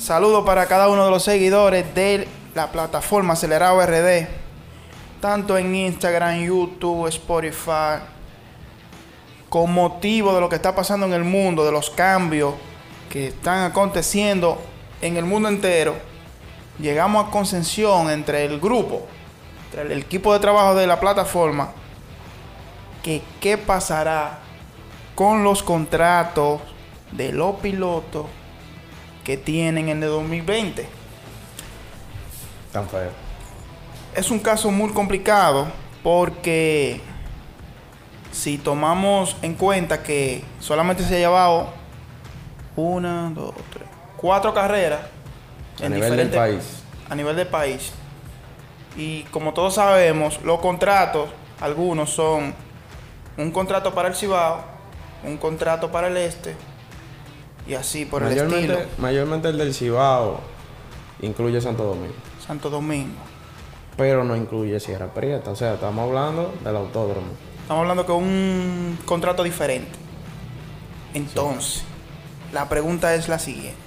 Saludos para cada uno de los seguidores de la plataforma Acelerado RD, tanto en Instagram, YouTube, Spotify, con motivo de lo que está pasando en el mundo, de los cambios que están aconteciendo en el mundo entero. Llegamos a consensuación entre el grupo, entre el equipo de trabajo de la plataforma, que qué pasará con los contratos de los pilotos que tienen en el 2020. Tan feo. Es un caso muy complicado porque si tomamos en cuenta que solamente se ha llevado 1, 2, 3, 4 carreras a nivel del país. A nivel del país. Y como todos sabemos, los contratos, algunos son un contrato para el Cibao, un contrato para el Este, y así por el estilo. Mayormente el del Cibao incluye Santo Domingo. Santo Domingo. Pero no incluye Sierra Prieta. O sea, estamos hablando del autódromo. Estamos hablando de un contrato diferente. Entonces, la pregunta es la siguiente.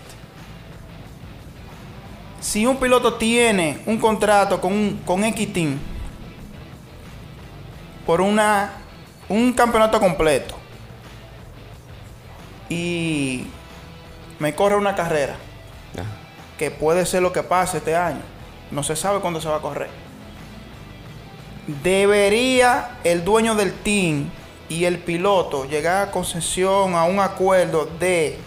Si un piloto tiene un contrato con X Team por un campeonato completo y me corre una carrera, que puede ser lo que pase este año, no se sabe cuándo se va a correr, ¿debería el dueño del team y el piloto llegar a concesión, a un acuerdo de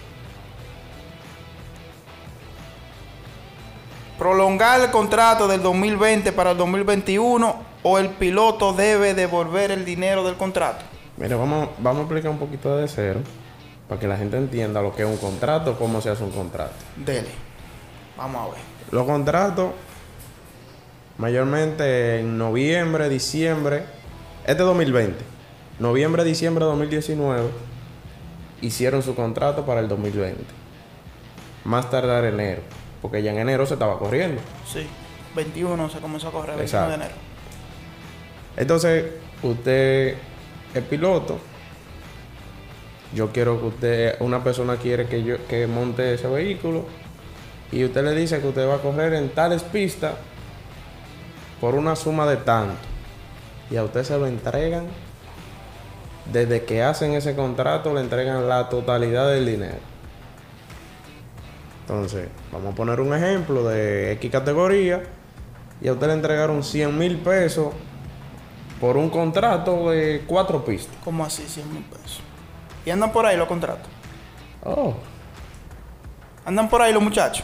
prolongar el contrato del 2020 para el 2021, o el piloto debe devolver el dinero del contrato? Mira, vamos a explicar un poquito de cero para que la gente entienda lo que es un contrato, cómo se hace un contrato. Dele, vamos a ver. Los contratos, mayormente en noviembre, diciembre, 2020, noviembre, diciembre de 2019, hicieron su contrato para el 2020. Más tardar enero, porque ya en enero se estaba corriendo. Sí, 21 se comenzó a correr, 21 de enero. Entonces, usted es piloto. Yo quiero que una persona quiere que monte ese vehículo, y usted le dice que usted va a correr en tales pistas por una suma de tanto, y a usted se lo entregan. Desde que hacen ese contrato le entregan la totalidad del dinero. Entonces, vamos a poner un ejemplo de X categoría, y a usted le entregaron 100,000 pesos por un contrato de 4 pistas. ¿Cómo así 100,000 pesos? ¿Y andan por ahí los contratos? Oh. ¿Andan por ahí los muchachos?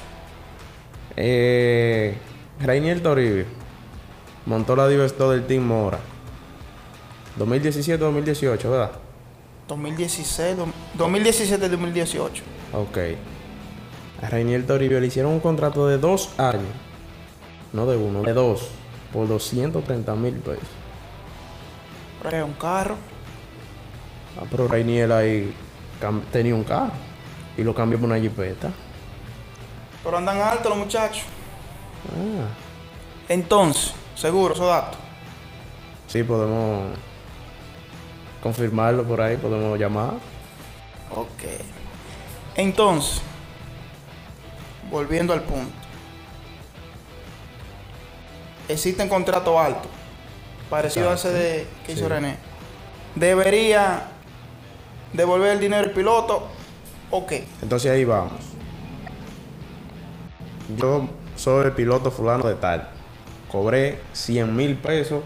Rainier Toribio montó la Divestó del Team Mora 2017-2018, ¿verdad? 2017-2018. Ok. A Rainier Toribio le hicieron un contrato de 2 años. No de 1, de 2. Por 230,000 pesos. Pero un carro. Pero Rainier ahí tenía un carro y lo cambió por una jipeta. Pero andan altos los muchachos. Entonces, seguro, esos datos. Sí, podemos confirmarlo por ahí, podemos llamar. Ok. Entonces, volviendo al punto. Existen contratos altos, parecido a ese que hizo René. ¿Debería devolver el dinero al piloto o qué? Entonces ahí vamos. Yo soy el piloto fulano de tal. Cobré 100,000 pesos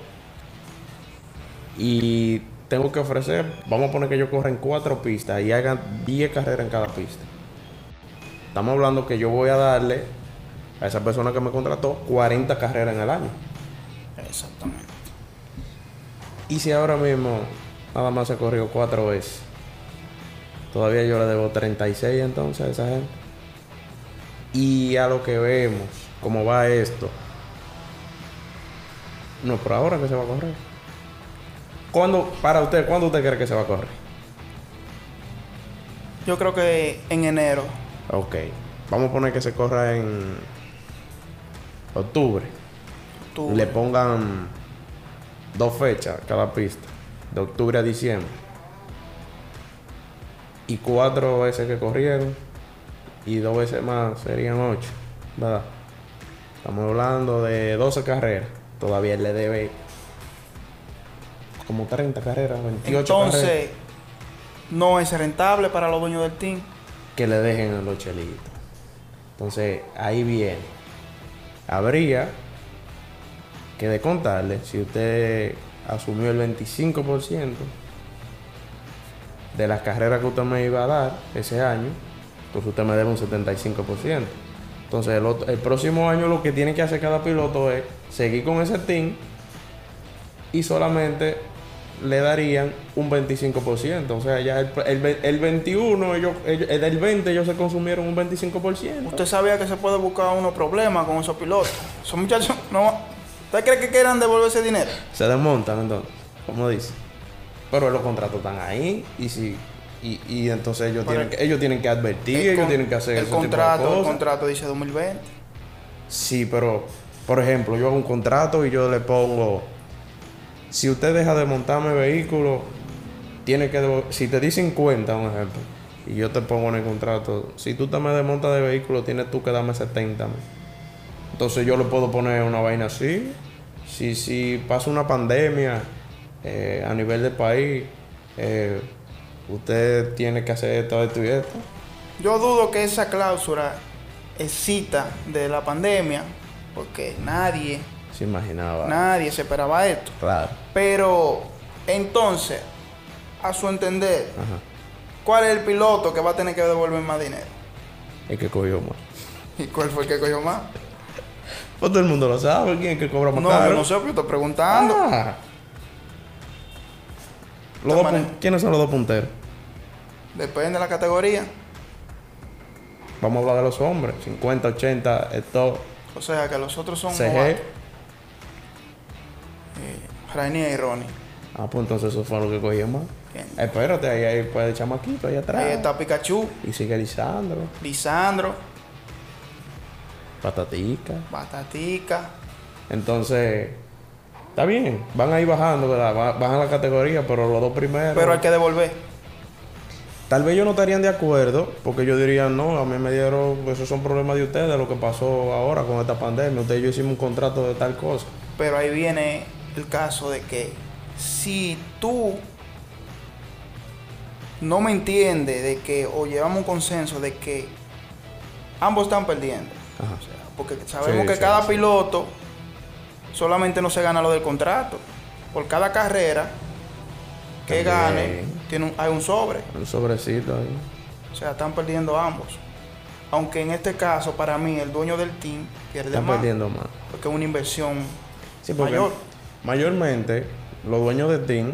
y tengo que ofrecer, vamos a poner que yo corra en 4 pistas y haga 10 carreras en cada pista. Estamos hablando que yo voy a darle a esa persona que me contrató 40 carreras en el año. Exactamente. Y si ahora mismo nada más se corrió 4 veces, todavía yo le debo 36 entonces a esa gente. Y a lo que vemos, cómo va esto, no por ahora que se va a correr. Para usted, ¿cuándo usted cree que se va a correr? Yo creo que en enero. Ok. Vamos a poner que se corra en octubre. Le pongan 2 fechas cada pista, de octubre a diciembre. Y 4 veces que corrieron, y 2 veces más serían 8, ¿verdad? Estamos hablando de 12 carreras. Todavía él le debe como 30 carreras, 28 Entonces, carreras. no es rentable para los dueños del team. Que le dejen a los chelitos. Entonces, ahí viene. Habría que descontarle, si usted asumió el 25% de las carreras que usted me iba a dar ese año, entonces usted me debe un 75%. Entonces, el próximo año lo que tiene que hacer cada piloto es seguir con ese team y solamente le darían un 25%. O sea, ya el 21, del 20 ellos se consumieron un 25%. Usted sabía que se puede buscar unos problemas con esos pilotos. Esos muchachos, no. ¿Usted cree que quieran devolver ese dinero? Se desmontan entonces, como dice. Pero los contratos están ahí y entonces ellos tienen que advertir, ellos tienen que hacer el ese tipo de contrato. cosas. El contrato dice 2020. Sí, pero, por ejemplo, yo hago un contrato y yo le pongo, si usted deja de montarme vehículo, tiene que si te di 50, un ejemplo, y yo te pongo en el contrato, si tú te me desmontas de vehículo, tienes tú que darme 70. Entonces yo le puedo poner una vaina así. Si pasa una pandemia a nivel del país, usted tiene que hacer esto y esto. Yo dudo que esa cláusula excita de la pandemia, porque nadie Se imaginaba. se esperaba esto. Claro. Pero, entonces, a su entender, Ajá. ¿cuál es el piloto que va a tener que devolver más dinero? El que cogió más. ¿Y cuál fue el que cogió más? Pues todo el mundo lo sabe, ¿quién es el que cobra más No, caro? yo no sé, pero estoy preguntando. Ah. ¿Quiénes son los 2 punteros? Depende de la categoría. Vamos a hablar de los hombres. 50, 80, esto. O sea, que los otros son CG. novatos. Rainier y Ronnie. Ah, pues entonces eso fue lo que cogió más. Bien. Espérate, ahí puede el chamaquito, ahí atrás. Ahí está Pikachu, Y sigue Lisandro, Lisandro, Patatica. Batatica. Entonces, está bien. Van a ir bajando, ¿verdad? Bajan la categoría, pero los 2 primeros. Pero hay que devolver. Tal vez ellos no estarían de acuerdo, porque ellos dirían, no, a mí me dieron, esos son problemas de ustedes, lo que pasó ahora con esta pandemia. Ustedes y yo hicimos un contrato de tal cosa. Pero ahí viene el caso de que si tú no me entiendes de que, o llevamos un consenso de que ambos están perdiendo. Ajá. O sea, porque sabemos Sí, que sí, cada sí. piloto solamente no se gana lo del contrato. Por cada carrera que También. gane, hay un sobre. Un sobrecito ahí. O sea, están perdiendo ambos. Aunque en este caso, para mí, el dueño del team pierde Están más. perdiendo más. Porque es una inversión Sí, porque mayor. mayormente los dueños de team,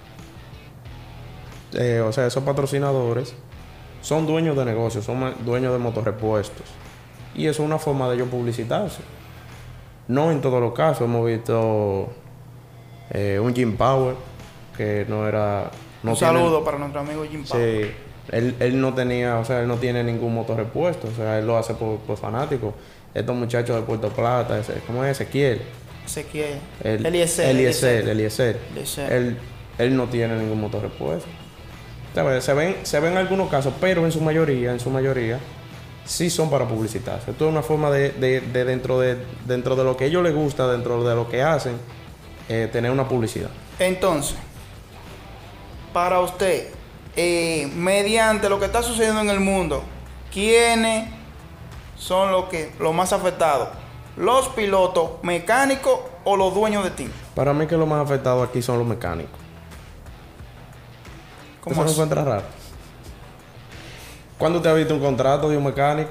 o sea, esos patrocinadores, son dueños de negocios, son dueños de motorrepuestos. Y eso es una forma de ellos publicitarse. No en todos los casos. Hemos visto un Jim Power que no era... No Un saludo para nuestro amigo Jim Powell. Sí, él no tenía, o sea, él no tiene ningún motorrepuesto, o sea, él lo hace por fanático. Estos muchachos de Puerto Plata, ¿cómo es Ezequiel? Ezequiel. Eliezer. Eliezer. Él no tiene ningún motorrepuesto. Se ven algunos casos, pero en su mayoría, sí son para publicitarse. Esto es una forma de dentro de lo que a ellos les gusta, dentro de lo que hacen, tener una publicidad. Entonces, para usted, mediante lo que está sucediendo en el mundo, ¿quiénes son los más afectados? ¿Los pilotos mecánicos o los dueños de team? Para mí que lo más afectado aquí son los mecánicos. ¿Eso ¿Cómo no así? encuentra raro? ¿Cuándo te ha visto un contrato de un mecánico?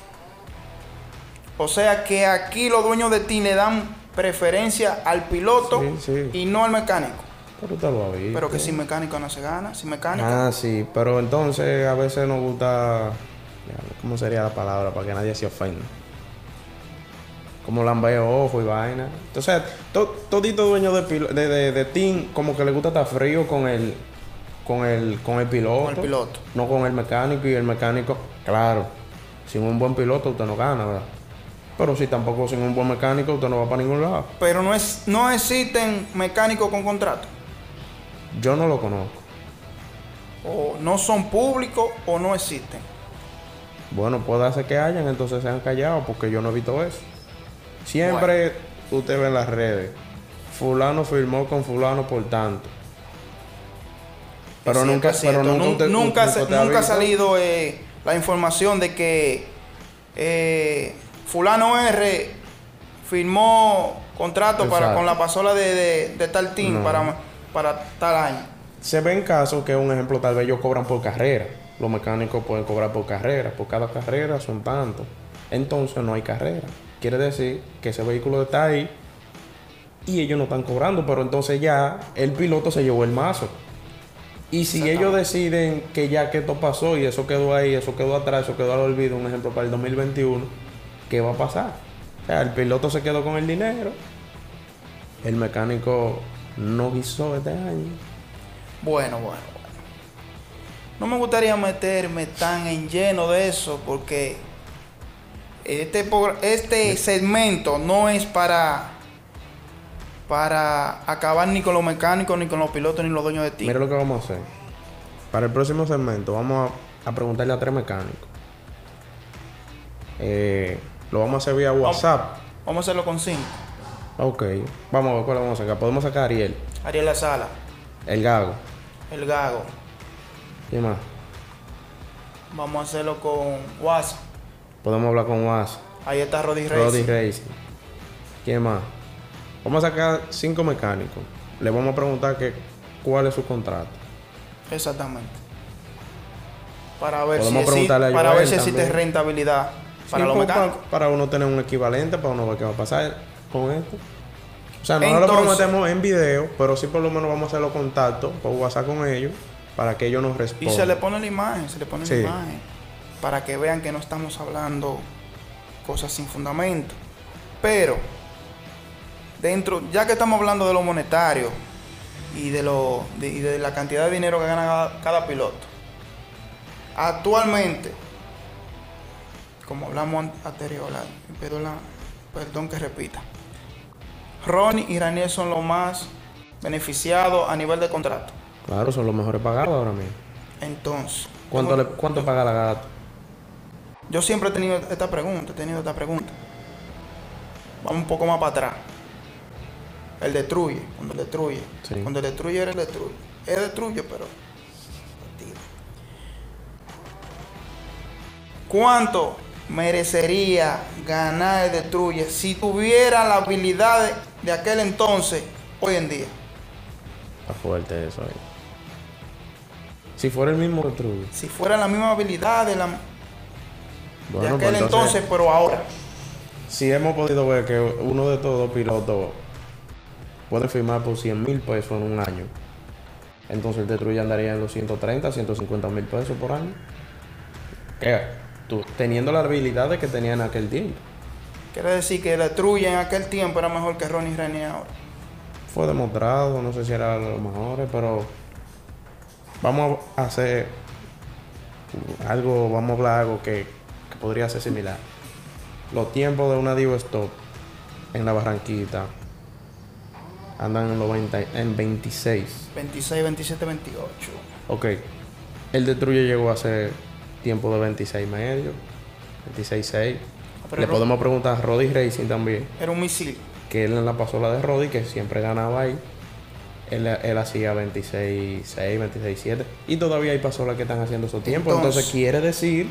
O sea que aquí los dueños de team le dan preferencia al piloto Sí. y no al mecánico. Pero usted lo ha visto. Pero que sin mecánico no se gana, sin mecánico. Ah, sí, pero entonces a veces nos gusta... ¿Cómo sería la palabra para que nadie se ofenda? Como lambeo ojo y vaina. Entonces, todito dueño de team como que le gusta estar frío con el piloto. Con el piloto. No con el mecánico. Y el mecánico, claro, sin un buen piloto usted no gana, ¿verdad? Pero si tampoco sin un buen mecánico usted no va para ningún lado. Pero no existen mecánicos con contrato. Yo no lo conozco. O no son públicos o no existen. Bueno, puede ser que hayan, entonces se han callado porque yo no he visto eso. Siempre usted ve en las redes, fulano firmó con fulano por tanto. Pero nunca, nunca ha salido la información de que fulano R firmó contrato con la pasola de tal team para tal año. Se ven casos que, un ejemplo, tal vez ellos cobran por carrera. Los mecánicos pueden cobrar por carrera. Por cada carrera son tantos. Entonces no hay carrera. Quiere decir que ese vehículo está ahí y ellos no están cobrando. Pero entonces ya el piloto se llevó el mazo. Y si ellos deciden que ya que esto pasó y eso quedó ahí, eso quedó atrás, eso quedó al olvido, un ejemplo para el 2021, ¿qué va a pasar? O sea, el piloto se quedó con el dinero. El mecánico no guisó este año. Bueno. No me gustaría meterme tan en lleno de eso porque este segmento no es para acabar ni con los mecánicos, ni con los pilotos, ni los dueños de team. Mira lo que vamos a hacer. Para el próximo segmento vamos a preguntarle a 3 mecánicos. Lo vamos a hacer vía WhatsApp. Vamos a hacerlo con 5. Ok. Vamos a ver cuál vamos a sacar. Podemos sacar a Ariel. Ariel La Sala. El Gago. El Gago. ¿Quién más? Vamos a hacerlo con WhatsApp. Podemos hablar con WhatsApp. Ahí está Roddy Racing. ¿Quién más? Vamos a sacar 5 mecánicos. Le vamos a preguntar cuál es su contrato. Exactamente. Para ver si existe rentabilidad para los mecánicos. Para uno tener un equivalente, para uno ver qué va a pasar con esto. O sea, no lo prometemos en video, pero sí por lo menos vamos a hacer los contactos por WhatsApp con ellos para que ellos nos respondan. Y se le pone la imagen, para que vean que no estamos hablando cosas sin fundamento. Pero ya que estamos hablando de lo monetario y de la cantidad de dinero que gana cada piloto, actualmente, como hablamos anterior, perdón que repita, Ronnie y Raniel son los más beneficiados a nivel de contrato. Claro, son los mejores pagados ahora mismo. Entonces, ¿cuánto paga la Gato? Yo siempre he tenido esta pregunta. Vamos un poco más para atrás. El destruye. Sí. Cuando el destruye, era el destruye. Él destruye, pero ¿cuánto merecería ganar el destruye si tuviera la habilidad de aquel entonces hoy en día? Está fuerte eso ahí. Si fuera el mismo destruye. Si fuera la misma habilidad de aquel entonces, pero ahora. Si hemos podido ver que uno de estos 2 pilotos puede firmar por 100,000 pesos en un año, entonces el destruye andaría en los 130, 150,000 pesos por año. Tú, teniendo la habilidad que tenía en aquel tiempo. Quiere decir que el destruye en aquel tiempo era mejor que Ronnie Ranier ahora. Fue demostrado, no sé si era de los mejores, pero vamos a hacer algo, vamos a hablar algo que podría ser similar. Los tiempos de una Divo Stop en la Barranquita andan en 26. 26, 27, 28. Ok. El Destruye llegó a hacer tiempo de 26 medio, 26.6. Le podemos preguntar a Roddy Racing también. Era un misil. Que él en la pasola de Roddy, que siempre ganaba ahí. Él hacía 26.6, 26.7. Y todavía hay pasolas que están haciendo esos tiempos. Entonces quiere decir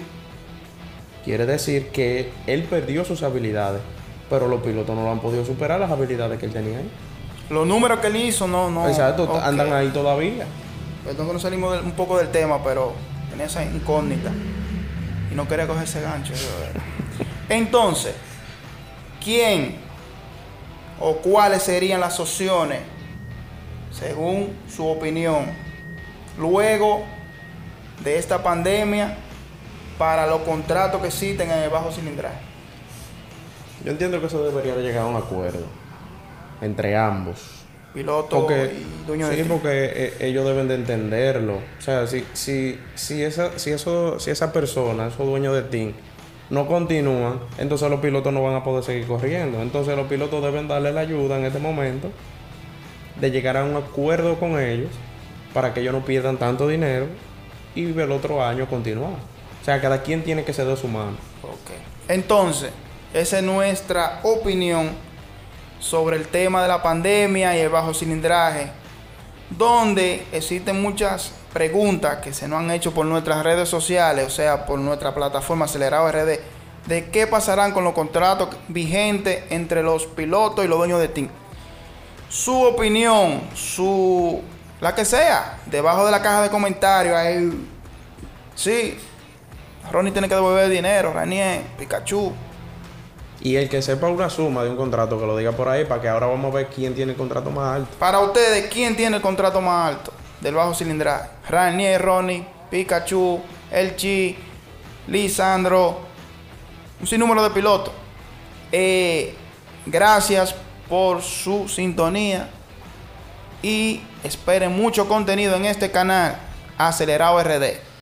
que él perdió sus habilidades, pero los pilotos no lo han podido superar las habilidades que él tenía ahí. Los números que él hizo no. Exacto, okay. Andan ahí todavía. Perdón que nos salimos un poco del tema, pero tenía esa incógnita y no quería coger ese gancho. Entonces, ¿quién o cuáles serían las opciones, según su opinión, luego de esta pandemia, para los contratos que existen en el bajo cilindraje? Yo entiendo que eso debería de llegar a un acuerdo entre ambos, piloto y dueño de sí, porque ellos deben de entenderlo. O sea, si esa persona, esos dueños de team, no continúan, entonces los pilotos no van a poder seguir corriendo. Entonces los pilotos deben darle la ayuda en este momento de llegar a un acuerdo con ellos para que ellos no pierdan tanto dinero y el otro año continuar. O sea, cada quien tiene que ceder su mano. Ok. Entonces, esa es nuestra opinión sobre el tema de la pandemia y el bajo cilindraje, donde existen muchas preguntas que se nos han hecho por nuestras redes sociales, o sea, por nuestra plataforma Acelerado RD, de qué pasarán con los contratos vigentes entre los pilotos y los dueños de team. Su opinión, la que sea, debajo de la caja de comentarios, ahí, sí, Ronnie tiene que devolver dinero, Ranier, Pikachu. Y el que sepa una suma de un contrato, que lo diga por ahí, para que ahora vamos a ver quién tiene el contrato más alto. Para ustedes, ¿quién tiene el contrato más alto del bajo cilindraje? Ranier, Ronnie, Pikachu, El Chi, Lisandro, un sinnúmero de pilotos. Gracias por su sintonía y esperen mucho contenido en este canal Acelerado RD.